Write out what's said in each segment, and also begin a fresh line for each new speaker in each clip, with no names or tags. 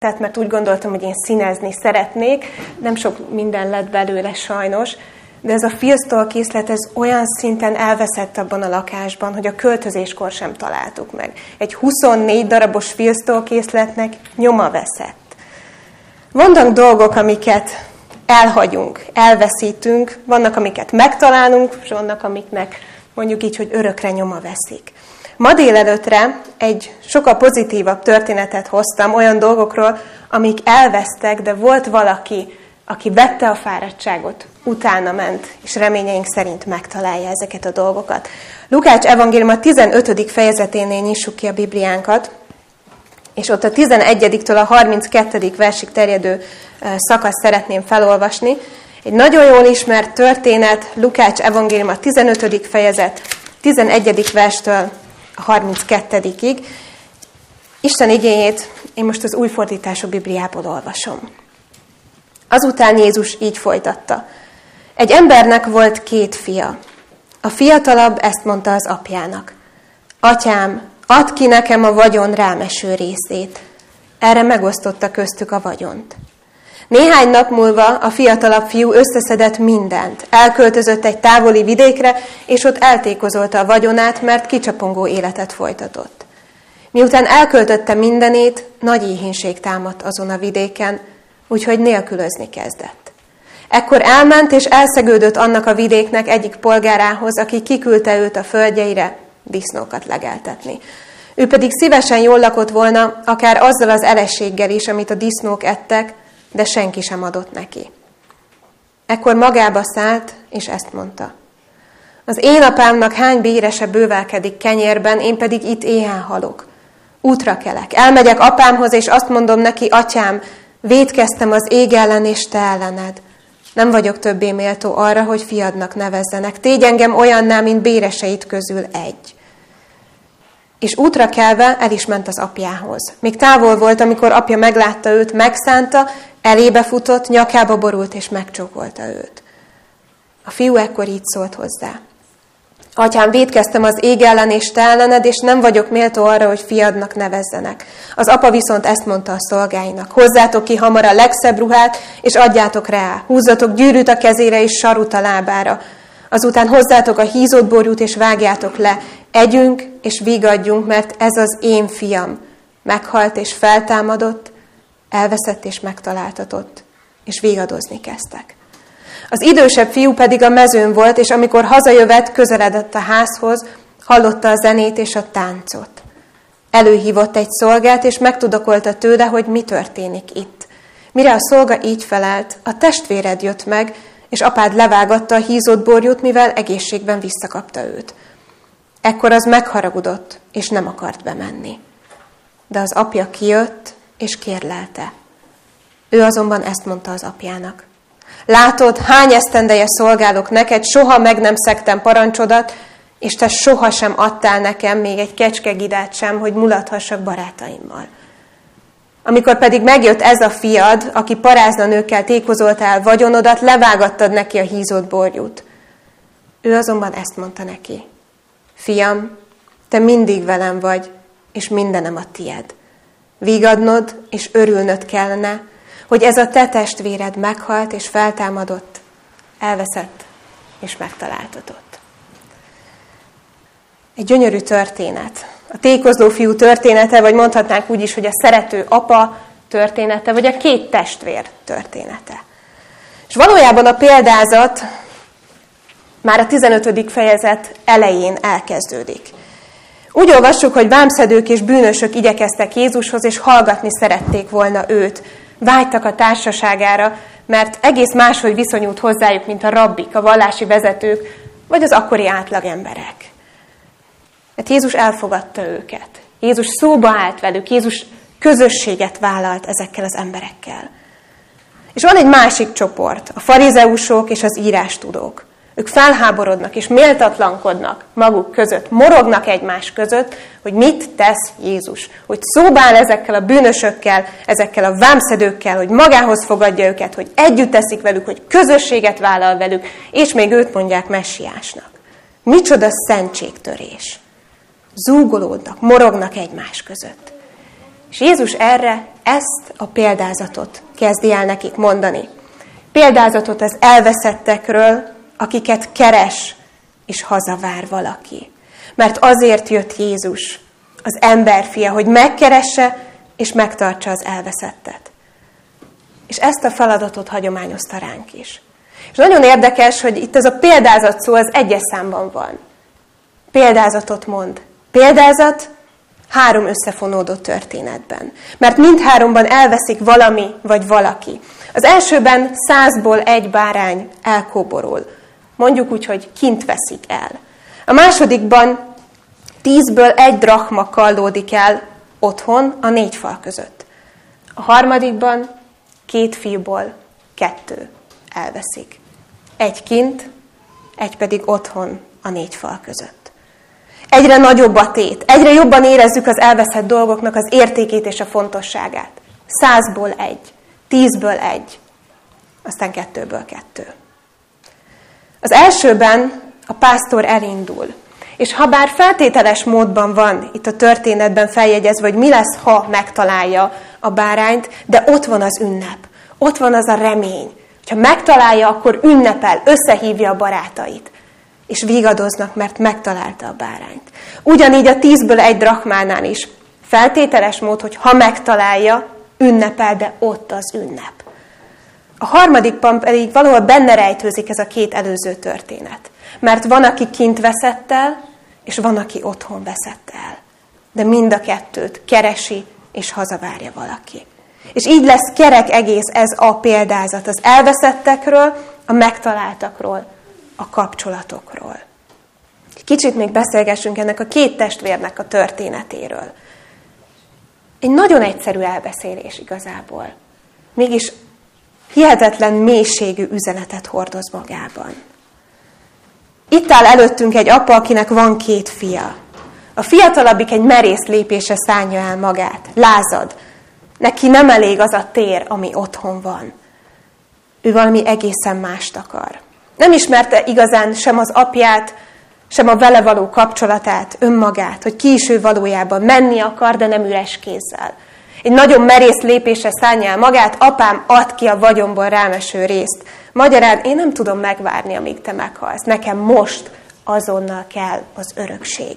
Tehát mert úgy gondoltam, hogy én színezni szeretnék, nem sok minden lett belőle sajnos, de ez a filctollkészlet ez olyan szinten elveszett abban a lakásban, hogy a költözéskor sem találtuk meg. Egy 24 darabos filctollkészletnek nyoma veszett. Vannak dolgok, amiket elhagyunk, elveszítünk, vannak, amiket megtalálunk, és vannak, amiknek mondjuk így, hogy örökre nyoma veszik. Ma délelőttre egy sokkal pozitívabb történetet hoztam olyan dolgokról, amik elvesztek, de volt valaki, aki vette a fáradtságot, utána ment, és reményeink szerint megtalálja ezeket a dolgokat. Lukács evangélium a 15. fejezeténél nyissuk ki a Bibliánkat, és ott a 11-től a 32. versig terjedő szakaszt szeretném felolvasni. Egy nagyon jól ismert történet, Lukács evangélium a 15. fejezet, 11. verstől a 32-ig. Isten igéjét én most az új fordítású Bibliából olvasom. Azután Jézus így folytatta. Egy embernek volt 2 fia. A fiatalabb ezt mondta az apjának. Atyám, add ki nekem a vagyon rám eső részét. Erre megosztotta köztük a vagyont. Néhány nap múlva a fiatalabb fiú összeszedett mindent. Elköltözött egy távoli vidékre, és ott eltékozolta a vagyonát, mert kicsapongó életet folytatott. Miután elköltötte mindenét, nagy éhínség támadt azon a vidéken, úgyhogy nélkülözni kezdett. Ekkor elment és elszegődött annak a vidéknek egyik polgárához, aki kiküldte őt a földjeire disznókat legeltetni. Ő pedig szívesen jól lakott volna, akár azzal az elességgel is, amit a disznók ettek, de senki sem adott neki. Ekkor magába szállt, és ezt mondta. Az én apámnak hány bérese bővelkedik kenyérben, én pedig itt éhen halok. Útra kelek, elmegyek apámhoz, és azt mondom neki, atyám, vétkeztem az ég ellen és te ellened. Nem vagyok többé méltó arra, hogy fiadnak nevezzenek. Tégy engem olyanná, mint béreseit közül egy. És útra kelve el is ment az apjához. Még távol volt, amikor apja meglátta őt, megszánta, elébe futott, nyakába borult és megcsókolta őt. A fiú ekkor így szólt hozzá. Atyám, vétkeztem az ég ellen és te ellened, és nem vagyok méltó arra, hogy fiadnak nevezzenek. Az apa viszont ezt mondta a szolgáinak. Hozzátok ki hamar a legszebb ruhát, és adjátok rá. Húzzatok gyűrűt a kezére és sarut a lábára. Azután hozzátok a hízott borjút, és vágjátok le. Együnk és vigadjunk, mert ez az én fiam. Meghalt és feltámadott, elveszett és megtaláltatott, és vigadozni kezdtek. Az idősebb fiú pedig a mezőn volt, és amikor hazajövet, közeledett a házhoz, hallotta a zenét és a táncot. Előhívott egy szolgát, és megtudakolta tőle, hogy mi történik itt. Mire a szolga így felelt, a testvéred jött meg, és apád levágatta a hízott borjút, mivel egészségben visszakapta őt. Ekkor az megharagudott, és nem akart bemenni. De az apja kijött, és kérlelte. Ő azonban ezt mondta az apjának. Látod, hány esztendeje szolgálok neked, soha meg nem szegtem parancsodat, és te sohasem adtál nekem még egy kecskegidát sem, hogy mulathassak barátaimmal. Amikor pedig megjött ez a fiad, aki parázna nőkkel tékozoltál vagyonodat, levágattad neki a hízott borjút. Ő azonban ezt mondta neki. Fiam, te mindig velem vagy, és mindenem a tied. Vigadnod és örülnöd kellene, hogy ez a te testvéred meghalt és feltámadott, elveszett és megtaláltatott. Egy gyönyörű történet. A tékozló fiú története, vagy mondhatnánk úgy is, hogy a szerető apa története, vagy a 2 testvér története. És valójában a példázat már a 15. fejezet elején elkezdődik. Úgy olvassuk, hogy vámszedők és bűnösök igyekeztek Jézushoz, és hallgatni szerették volna őt. Vágytak a társaságára, mert egész máshogy viszonyult hozzájuk, mint a rabbik, a vallási vezetők, vagy az akkori átlagemberek. Mert Jézus elfogadta őket. Jézus szóba állt velük, Jézus közösséget vállalt ezekkel az emberekkel. És van egy másik csoport, a farizeusok és az írástudók. Ők felháborodnak és méltatlankodnak maguk között, morognak egymás között, hogy mit tesz Jézus. Hogy szóba áll ezekkel a bűnösökkel, ezekkel a vámszedőkkel, hogy magához fogadja őket, hogy együtt teszik velük, hogy közösséget vállal velük, és még őt mondják messiásnak. Micsoda szentségtörés! Zúgolódnak, morognak egymás között. És Jézus erre ezt a példázatot kezdi el nekik mondani. Példázatot az elveszettekről, akiket keres és hazavár valaki. Mert azért jött Jézus, az emberfia, hogy megkeresse és megtartsa az elveszettet. És ezt a feladatot hagyományozta ránk is. És nagyon érdekes, hogy itt ez a példázat szó az 1-es számban van. Példázatot mond. Példázat 3 összefonódott történetben. Mert mindháromban elveszik valami vagy valaki. Az elsőben 100-ból 1 bárány elkóborol. Mondjuk úgy, hogy kint veszik el. A másodikban 10-ből 1 drachma kallódik el otthon a 4 fal között. A harmadikban 2 fiúból 2 elveszik. 1 kint, 1 pedig otthon a 4 fal között. Egyre nagyobb a tét, egyre jobban érezzük az elveszett dolgoknak az értékét és a fontosságát. 100-ból 1, 10-ből 1, aztán 2-ből 2. Az elsőben a pásztor elindul, és ha bár feltételes módban van itt a történetben feljegyezve, hogy mi lesz, ha megtalálja a bárányt, de ott van az ünnep, ott van az a remény. Ha megtalálja, akkor ünnepel, összehívja a barátait, és vigadoznak, mert megtalálta a bárányt. Ugyanígy a 10-ből 1 drachmánál is feltételes mód, hogy ha megtalálja, ünnepel, de ott az ünnep. A harmadikban pedig valahol benne rejtőzik ez a 2 előző történet. Mert van, aki kint veszett el, és van, aki otthon veszett el. De mind a 2-t keresi, és hazavárja valaki. És így lesz kerek egész ez a példázat az elveszettekről, a megtaláltakról, a kapcsolatokról. Kicsit még beszélgessünk ennek a 2 testvérnek a történetéről. Egy nagyon egyszerű elbeszélés igazából. Mégis hihetetlen mélységű üzenetet hordoz magában. Itt áll előttünk egy apa, akinek van 2 fia. A fiatalabbik egy merész lépésre szánja el magát, lázad. Neki nem elég az a tér, ami otthon van. Ő valami egészen mást akar. Nem ismerte igazán sem az apját, sem a vele való kapcsolatát, önmagát, hogy ki is ő valójában, menni akar, de nem üres kézzel. Egy nagyon merész lépésre szánja el magát, apám, add ki a vagyomból rám eső részt. Magyarán én nem tudom megvárni, amíg te meghalsz. Nekem most azonnal kell az örökség.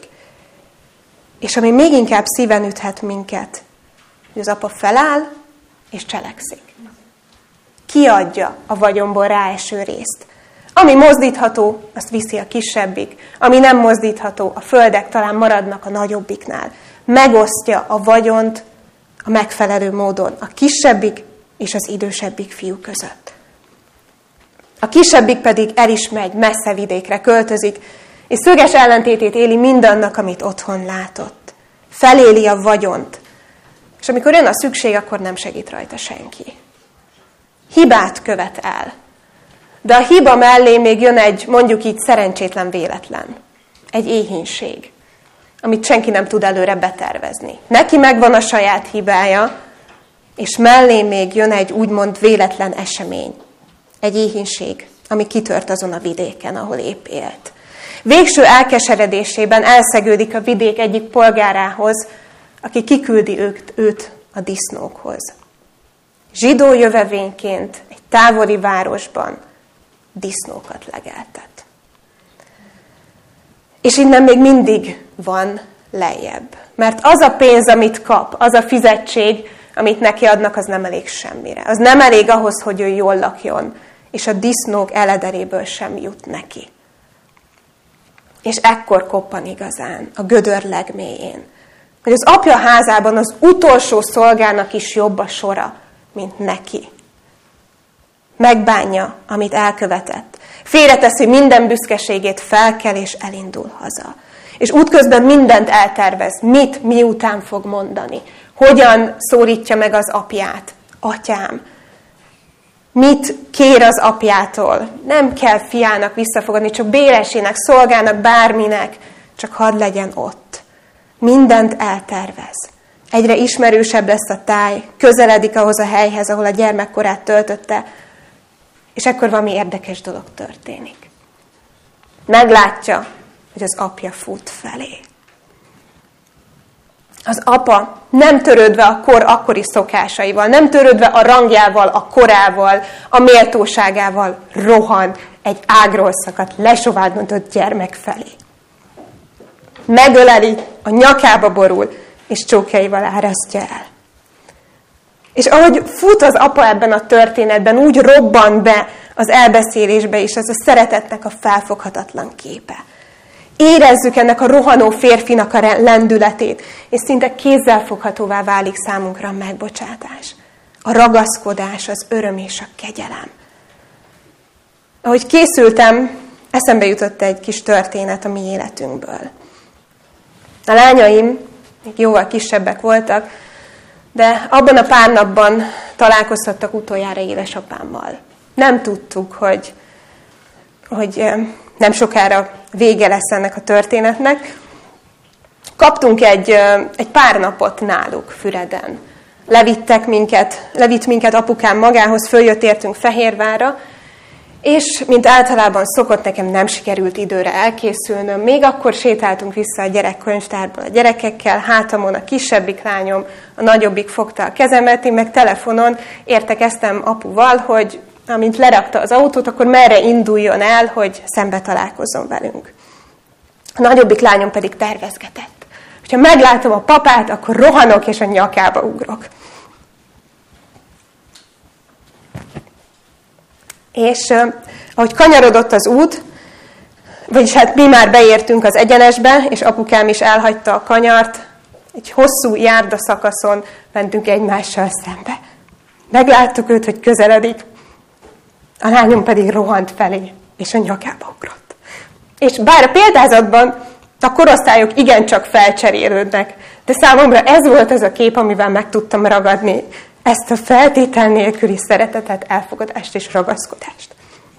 És ami még inkább szíven üthet minket, hogy az apa feláll és cselekszik. Kiadja a vagyomból ráeső részt. Ami mozdítható, azt viszi a kisebbik. Ami nem mozdítható, a földek talán maradnak a nagyobbiknál. Megosztja a vagyont a megfelelő módon a kisebbik és az idősebbik fiú között. A kisebbik pedig el is megy, messze vidékre költözik, és szöges ellentétét éli mindannak, amit otthon látott. Feléli a vagyont, és amikor jön a szükség, akkor nem segít rajta senki. Hibát követ el. De a hiba mellé még jön egy, mondjuk így, szerencsétlen véletlen. Egy éhínség, amit senki nem tud előre betervezni. Neki megvan a saját hibája, és mellé még jön egy úgymond véletlen esemény. Egy éhínség, ami kitört azon a vidéken, ahol épp élt. Végső elkeseredésében elszegődik a vidék egyik polgárához, aki kiküldi őt a disznókhoz. Zsidó jövevényként egy távoli városban disznókat legeltet. És innen még mindig van lejjebb. Mert az a pénz, amit kap, az a fizetség, amit neki adnak, az nem elég semmire. Az nem elég ahhoz, hogy ő jól lakjon, és a disznók elederéből sem jut neki. És ekkor koppan igazán, a gödör legmélyén, hogy az apja házában az utolsó szolgának is jobb a sora, mint neki. Megbánja, amit elkövetett. Félreteszi minden büszkeségét, felkel és elindul haza. És útközben mindent eltervez. Mit, miután fog mondani. Hogyan szólítja meg az apját. Atyám. Mit kér az apjától. Nem kell fiának visszafogadni, csak béresének, szolgának, bárminek. Csak hadd legyen ott. Mindent eltervez. Egyre ismerősebb lesz a táj, közeledik ahhoz a helyhez, ahol a gyermekkorát töltötte, és ekkor valami érdekes dolog történik. Meglátja, hogy az apja fut felé. Az apa nem törődve a kor akkori szokásaival, nem törődve a rangjával, a korával, a méltóságával rohan egy ágról szakadt, lesovádnodott gyermek felé. Megöleli, a nyakába borul, és csókjaival árasztja el. És ahogy fut az apa ebben a történetben, úgy robban be az elbeszélésbe is az a szeretetnek a felfoghatatlan képe. Érezzük ennek a rohanó férfinak a lendületét, és szinte kézzelfoghatóvá válik számunkra a megbocsátás. A ragaszkodás, az öröm és a kegyelem. Ahogy készültem, eszembe jutott egy kis történet a mi életünkből. A lányaim még jóval kisebbek voltak, de abban a pár napban találkoztattak utoljára édesapámmal. Nem tudtuk, hogy nem sokára vége lesz ennek a történetnek. Kaptunk egy pár napot náluk Füreden. Levitt minket apukám magához, följött értünk Fehérvárra, és mint általában szokott, nekem nem sikerült időre elkészülnöm. Még akkor sétáltunk vissza a gyerekkönyvtárból a gyerekekkel, hátamon a kisebbik lányom, a nagyobbik fogta a kezemet, én meg telefonon értekeztem apuval, hogy amint lerakta az autót, akkor merre induljon el, hogy szembe találkozzon velünk. A nagyobbik lányom pedig tervezgetett. Ha meglátom a papát, akkor rohanok és a nyakába ugrok. És ahogy kanyarodott az út, vagyis hát mi már beértünk az egyenesbe, és apukám is elhagyta a kanyart, egy hosszú járdaszakaszon mentünk egymással szembe. Megláttuk őt, hogy közeledik, a lányom pedig rohant felé, és a nyakába ugrott. És bár a példázatban a korosztályok igencsak felcserélődnek, de számomra ez volt az a kép, amivel meg tudtam ragadni ezt a feltétel nélküli szeretetet, elfogadást és ragaszkodást.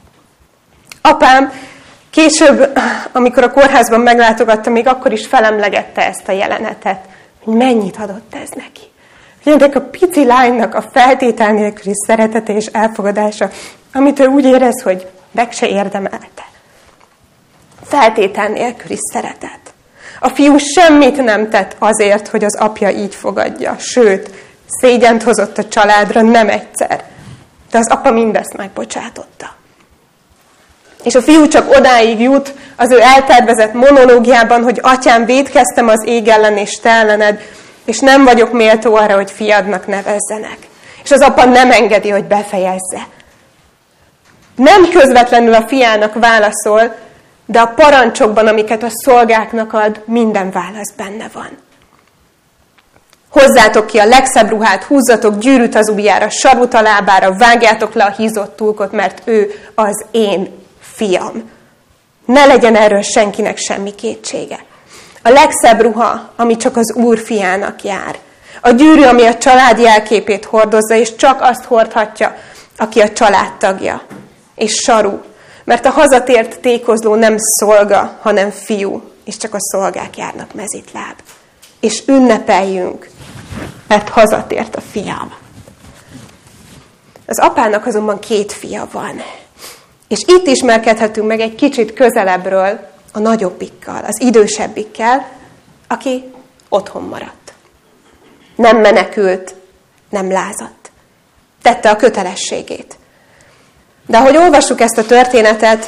Apám később, amikor a kórházban meglátogatta, még akkor is felemlegette ezt a jelenetet, hogy mennyit adott ez neki. Hogy ennek a pici lánynak a feltétel nélküli szeretete és elfogadása, amit ő úgy érez, hogy meg se érdemelte. Feltétel nélküli szeretet. A fiú semmit nem tett azért, hogy az apja így fogadja, sőt, szégyent hozott a családra nem egyszer. De az apa mindezt megbocsátotta. És a fiú csak odáig jut az ő eltervezett monológiában, hogy atyám, vétkeztem az ég ellen és te ellened, és nem vagyok méltó arra, hogy fiadnak nevezzenek. És az apa nem engedi, hogy befejezze. Nem közvetlenül a fiának válaszol, de a parancsokban, amiket a szolgáknak ad, minden válasz benne van. Hozzátok ki a legszebb ruhát, húzzatok gyűrűt az ujjára, sarut a lábára, vágjátok le a hízott tulkot, mert ő az én fiam. Ne legyen erről senkinek semmi kétsége. A legszebb ruha, ami csak az Úr fiának jár. A gyűrű, ami a család jelképét hordozza, és csak azt hordhatja, aki a családtagja. És saru, mert a hazatért tékozló nem szolga, hanem fiú, és csak a szolgák járnak mezitláb. És ünnepeljünk, mert hazatért a fiam. Az apának azonban 2 fia van. És itt ismerkedhetünk meg egy kicsit közelebbről a nagyobbikkal, az idősebbikkel, aki otthon maradt. Nem menekült, nem lázadt. Tette a kötelességét. De ahogy olvassuk ezt a történetet,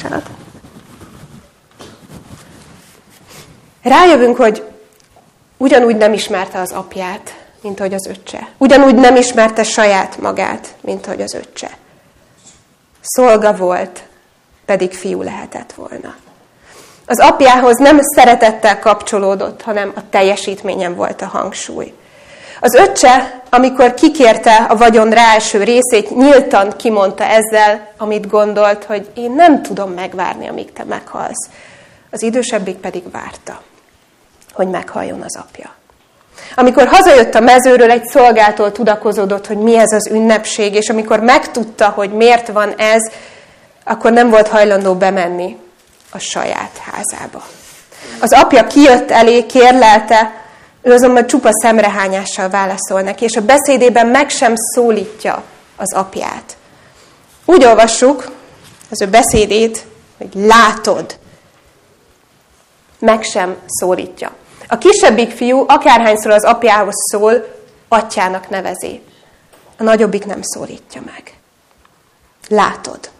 rájövünk, hogy ugyanúgy nem ismerte az apját, mint ahogy az öccse. Ugyanúgy nem ismerte saját magát, mint ahogy az öccse. Szolga volt, pedig fiú lehetett volna. Az apjához nem szeretettel kapcsolódott, hanem a teljesítményen volt a hangsúly. Az öccse, amikor kikérte a vagyon ráeső részét, nyíltan kimondta ezzel, amit gondolt, hogy én nem tudom megvárni, amíg te meghalsz. Az idősebbik pedig várta, hogy meghalljon az apja. Amikor hazajött a mezőről, egy szolgától tudakozódott, hogy mi ez az ünnepség, és amikor megtudta, hogy miért van ez, akkor nem volt hajlandó bemenni a saját házába. Az apja kijött elé, kérlelte, ő azonban csupa szemrehányással válaszol neki, és a beszédében meg sem szólítja az apját. Úgy olvassuk az ő beszédét, hogy látod, meg sem szólítja. A kisebbik fiú akárhányszor az apjához szól, atyának nevezi. A nagyobbik nem szólítja meg. Látod.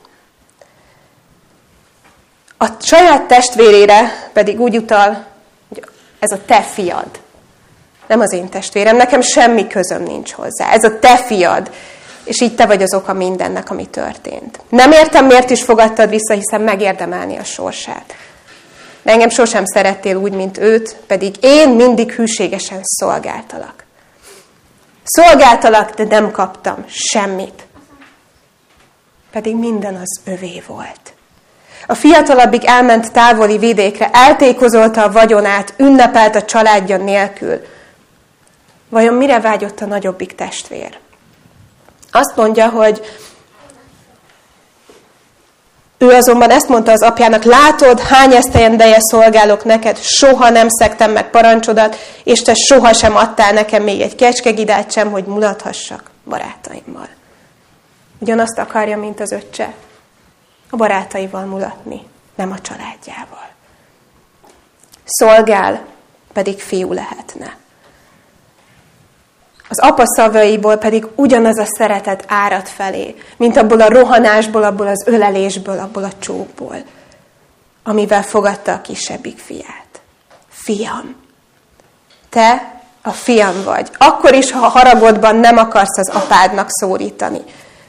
A saját testvérére pedig úgy utal, hogy ez a te fiad. Nem az én testvérem, nekem semmi közöm nincs hozzá. Ez a te fiad. És így te vagy az oka mindennek, ami történt. Nem értem, miért is fogadtad vissza, hiszen megérdemelni a sorsát. De engem sosem szerettél úgy, mint őt, pedig én mindig hűségesen szolgáltalak. Szolgáltalak, de nem kaptam semmit. Pedig minden az övé volt. A fiatalabbik elment távoli vidékre, eltékozolta a vagyonát, ünnepelt a családja nélkül. Vajon mire vágyott a nagyobbik testvér? Azt mondja, hogy ő azonban ezt mondta az apjának, látod, hány esztendeje szolgálok neked, soha nem szegtem meg parancsodat, és te sohasem adtál nekem még egy kecskegidát sem, hogy mulathassak barátaimmal. Ugyanazt akarja, mint az öccse. A barátaival mulatni, nem a családjával. Szolgál, pedig fiú lehetne. Az apa szavaiból pedig ugyanaz a szeretet árad felé, mint abból a rohanásból, abból az ölelésből, abból a csókból, amivel fogadta a kisebbik fiát. Fiam, te a fiam vagy. Akkor is, ha a haragodban nem akarsz az apádnak szólítani.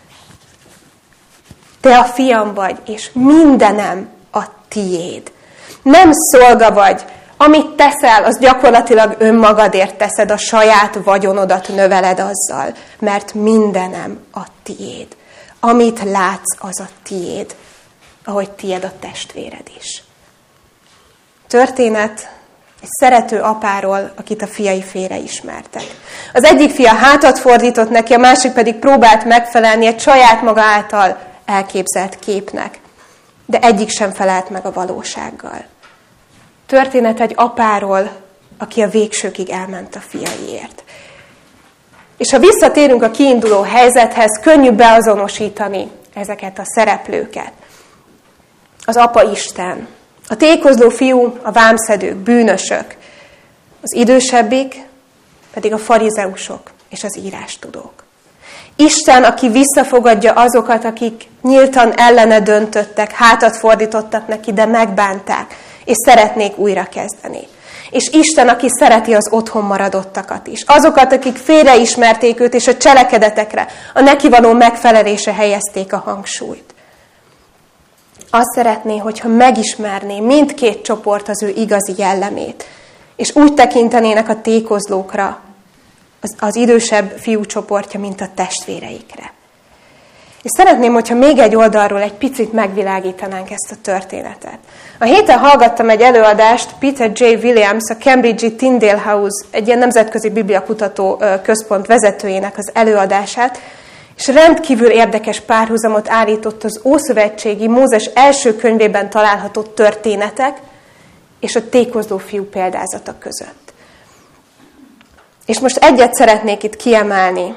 Te a fiam vagy, és mindenem a tiéd. Nem szolga vagy. Amit teszel, az gyakorlatilag önmagadért teszed, a saját vagyonodat növeled azzal, mert mindenem a tiéd. Amit látsz, az a tiéd, ahogy tiéd a testvéred is. Történet egy szerető apáról, akit a fiai félreismertek. Az egyik fia hátat fordított neki, a másik pedig próbált megfelelni egy saját maga által elképzelt képnek, de egyik sem felelt meg a valósággal. Történet egy apáról, aki a végsőkig elment a fiaiért. És ha visszatérünk a kiinduló helyzethez, könnyű beazonosítani ezeket a szereplőket. Az apa Isten, a tékozló fiú, a vámszedők, bűnösök, az idősebbik pedig a farizeusok és az írástudók. Isten, aki visszafogadja azokat, akik nyíltan ellene döntöttek, hátat fordítottak neki, de megbánták, és szeretnék újra kezdeni. És Isten, aki szereti az otthon maradottakat is. Azokat, akik félreismerték őt, és a cselekedetekre, a neki való megfelelése helyezték a hangsúlyt. Azt szeretné, hogyha megismerné mindkét csoport az ő igazi jellemét, és úgy tekintenének a tékozlókra, az idősebb fiú csoportja, mint a testvéreikre. És szeretném, hogyha még egy oldalról egy picit megvilágítanánk ezt a történetet. A héten hallgattam egy előadást, Peter J. Williams, a Cambridge-i Tyndale House, egy ilyen nemzetközi bibliakutató központ vezetőjének az előadását, és rendkívül érdekes párhuzamot állított az ószövetségi Mózes első könyvében található történetek és a tékozló fiú példázata között. És most egyet szeretnék itt kiemelni.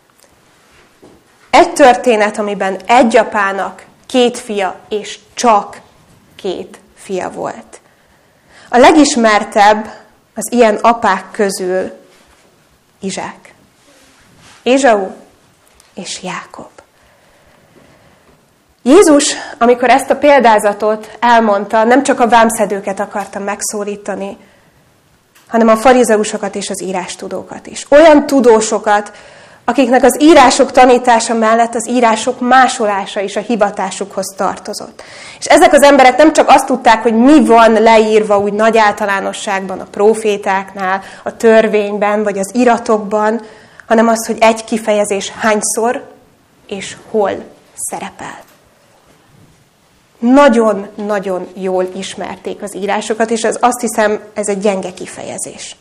Egy történet, amiben egy apának 2 fia, és csak 2 fia volt. A legismertebb az ilyen apák közül Izsák, Ézsau és Jákob. Jézus, amikor ezt a példázatot elmondta, nem csak a vámszedőket akarta megszólítani, hanem a farizeusokat és az írástudókat is. Olyan tudósokat, akiknek az írások tanítása mellett az írások másolása is a hivatásukhoz tartozott. És ezek az emberek nem csak azt tudták, hogy mi van leírva úgy nagy általánosságban a prófétáknál, a törvényben vagy az iratokban, hanem azt, hogy egy kifejezés hányszor és hol szerepel. Nagyon-nagyon jól ismerték az írásokat, és azt hiszem, ez egy gyenge kifejezés.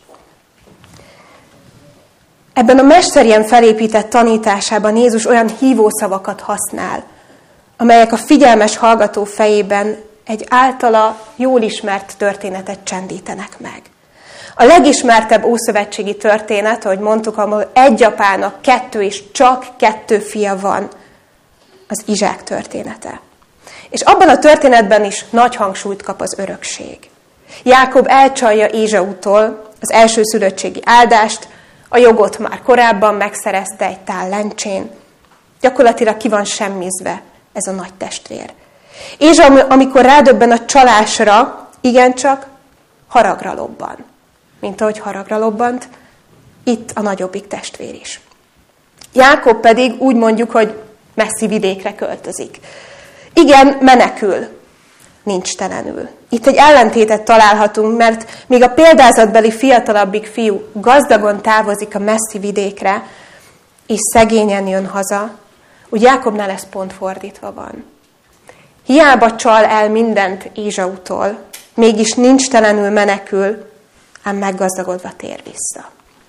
Ebben a mesterien felépített tanításában Jézus olyan hívószavakat használ, amelyek a figyelmes hallgató fejében egy általa jól ismert történetet csendítenek meg. A legismertebb ószövetségi történet, ahogy mondtuk, ahol egy apának 2 és csak 2 fia van, az Izsák története. És abban a történetben is nagy hangsúlyt kap az örökség. Jákob elcsalja Ézsautól, az elsőszülöttségi áldást, a jogot már korábban megszerezte egy tál lencsén. Gyakorlatilag ki van semmizve ez a nagy testvér. És amikor rádöbben a csalásra, igencsak haragra lobban. Mint ahogy haragra lobbant itt a nagyobbik testvér is. Jákob pedig úgy mondjuk, hogy messzi vidékre költözik. Igen, menekül, nincs telenül. Itt egy ellentétet találhatunk, mert míg a példázatbeli fiatalabbik fiú gazdagon távozik a messzi vidékre, és szegényen jön haza, úgy Jákobnál ez pont fordítva van. Hiába csal el mindent Ézsautól, mégis nincs telenül menekül, ám meggazdagodva tér vissza.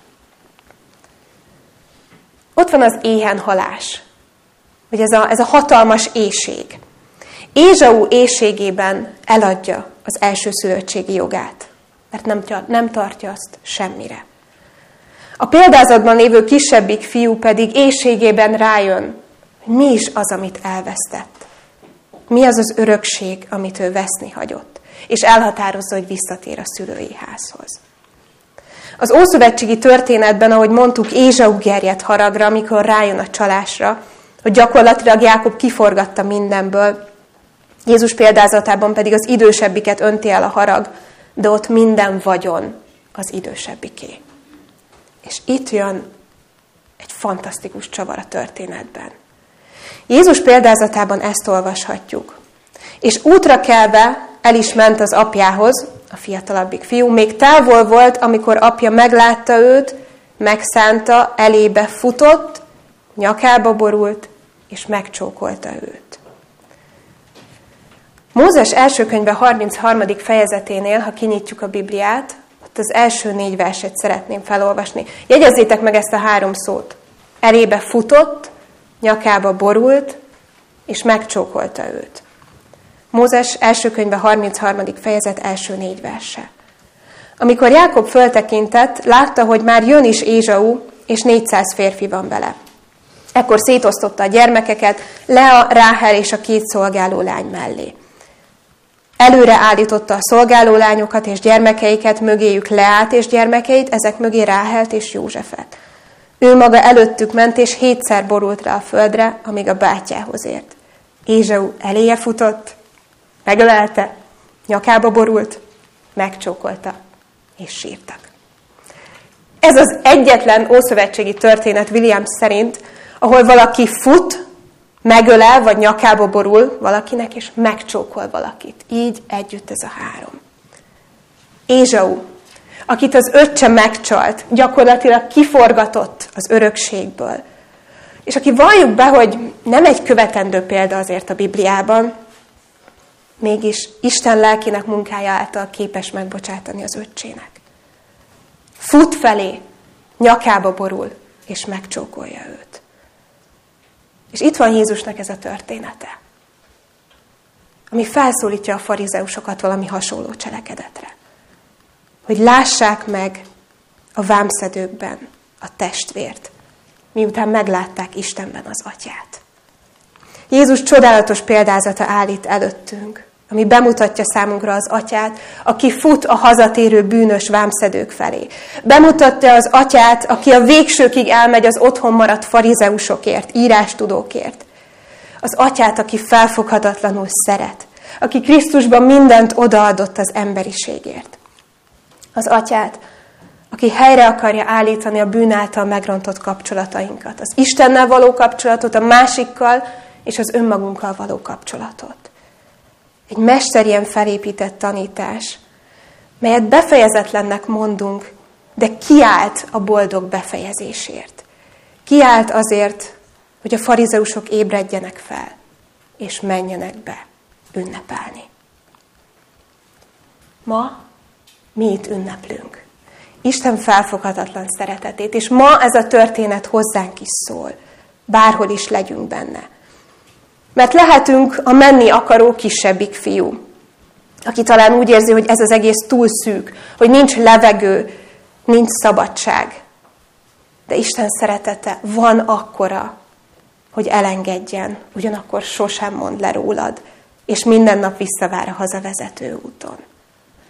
Ott van az éhenhalás, vagy ez a hatalmas éhség. Ézsau éhségében eladja az elsőszülöttségi jogát, mert nem tartja azt semmire. A példázatban lévő kisebbik fiú pedig éhségében rájön, hogy mi is az, amit elvesztett. Mi az az örökség, amit ő veszni hagyott, és elhatározza, hogy visszatér a szülői házhoz. Az ószövetségi történetben, ahogy mondtuk, Ézsau gerjedt haragra, amikor rájön a csalásra, hogy gyakorlatilag Jákob kiforgatta mindenből, Jézus példázatában pedig az idősebbiket önti el a harag, de ott minden vagyon az idősebbiké. És itt jön egy fantasztikus csavar a történetben. Jézus példázatában ezt olvashatjuk. És útra kelve el is ment az apjához, a fiatalabbik fiú, még távol volt, amikor apja meglátta őt, megszánta, elébe futott, nyakába borult, és megcsókolta őt. Mózes első könyve 33. fejezeténél, ha kinyitjuk a Bibliát, ott az első 4 verset szeretném felolvasni. Jegyezzétek meg ezt a 3 szót. Elébe futott, nyakába borult, és megcsókolta őt. Mózes első könyve 33. fejezet első 4 verse. Amikor Jákob föltekintett, látta, hogy már jön is Ézsau, és 400 férfi van vele. Ekkor szétosztotta a gyermekeket Lea, Ráhel és a 2 szolgáló lány mellé. Előre állította a szolgáló lányokat és gyermekeiket, mögéjük Leát és gyermekeit, ezek mögé Ráhelt és Józsefet. Ő maga előttük ment, és 7-szer borult rá a földre, amíg a bátyjához ért. Ézsau eléje futott, megölelte, nyakába borult, megcsókolta, és sírtak. Ez az egyetlen ószövetségi történet Williams szerint, ahol valaki fut, megölel, vagy nyakába borul valakinek, és megcsókol valakit. Így együtt ez a 3. Ézsau, akit az öccse megcsalt, gyakorlatilag kiforgatott az örökségből. És aki valljuk be, hogy nem egy követendő példa azért a Bibliában, mégis Isten lelkének munkája által képes megbocsátani az öccsének. Fut felé, nyakába borul, és megcsókolja őt. És itt van Jézusnak ez a története, ami felszólítja a farizeusokat valami hasonló cselekedetre. Hogy lássák meg a vámszedőkben a testvért, miután meglátták Istenben az atyát. Jézus csodálatos példázata áll itt előttünk, ami bemutatja számunkra az atyát, aki fut a hazatérő bűnös vámszedők felé. Bemutatja az atyát, aki a végsőkig elmegy az otthon maradt farizeusokért, írástudókért. Az atyát, aki felfoghatatlanul szeret, aki Krisztusban mindent odaadott az emberiségért. Az atyát, aki helyre akarja állítani a bűn által megrontott kapcsolatainkat. Az Istennel való kapcsolatot, a másikkal és az önmagunkkal való kapcsolatot. Egy mesterien felépített tanítás, melyet befejezetlennek mondunk, de kiállt a boldog befejezésért. Kiállt azért, hogy a farizeusok ébredjenek fel, és menjenek be ünnepelni. Ma mi itt ünneplünk Isten felfoghatatlan szeretetét, és ma ez a történet hozzánk is szól, bárhol is legyünk benne. Mert lehetünk a menni akaró kisebbik fiú, aki talán úgy érzi, hogy ez az egész túl szűk, hogy nincs levegő, nincs szabadság. De Isten szeretete van akkora, hogy elengedjen, ugyanakkor sosem mond le rólad, és minden nap visszavár a hazavezető úton.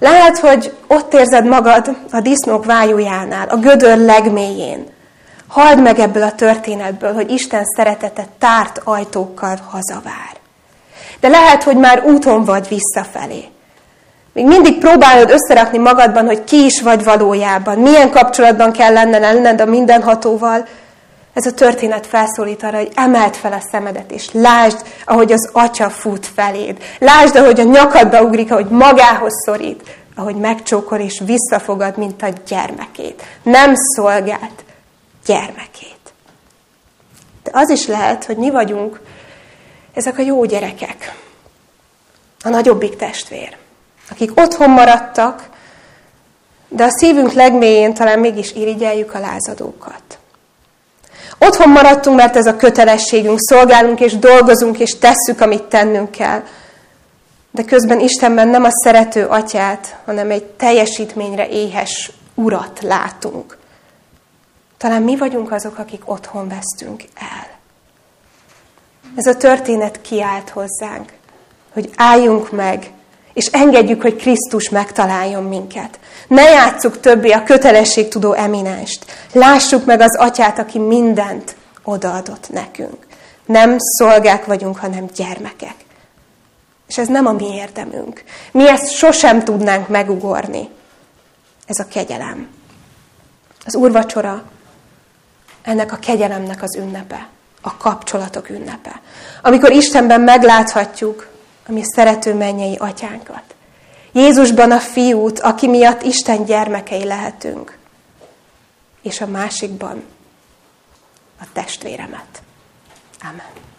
Lehet, hogy ott érzed magad a disznók vájújánál, a gödör legmélyén. Halld meg ebből a történetből, hogy Isten szeretete tárt ajtókkal hazavár. De lehet, hogy már úton vagy visszafelé. Még mindig próbálod összerakni magadban, hogy ki is vagy valójában, milyen kapcsolatban kell lenned a mindenhatóval. Ez a történet felszólít arra, hogy emeld fel a szemedet, és lásd, ahogy az Atya fut feléd. Lásd, ahogy a nyakadba ugrik, ahogy magához szorít, ahogy megcsókol és visszafogad, mint a gyermekét. Nem szolgált, gyermekét. De az is lehet, hogy mi vagyunk ezek a jó gyerekek, a nagyobbik testvér, akik otthon maradtak, de a szívünk legmélyén talán mégis irigyeljük a lázadókat. Otthon maradtunk, mert ez a kötelességünk, szolgálunk és dolgozunk és tesszük, amit tennünk kell. De közben Istenben nem a szerető atyát, hanem egy teljesítményre éhes urat látunk. Talán mi vagyunk azok, akik otthon vesztünk el. Ez a történet kiált hozzánk, hogy álljunk meg, és engedjük, hogy Krisztus megtaláljon minket. Ne játsszuk többé a kötelességtudó eminenst. Lássuk meg az Atyát, aki mindent odaadott nekünk. Nem szolgák vagyunk, hanem gyermekek. És ez nem a mi érdemünk. Mi ezt sosem tudnánk megugorni. Ez a kegyelem. Az úrvacsora ennek a kegyelemnek az ünnepe. A kapcsolatok ünnepe. Amikor Istenben megláthatjuk a mi szerető mennyei atyánkat. Jézusban a fiút, aki miatt Isten gyermekei lehetünk. És a másikban a testvéremet. Amen.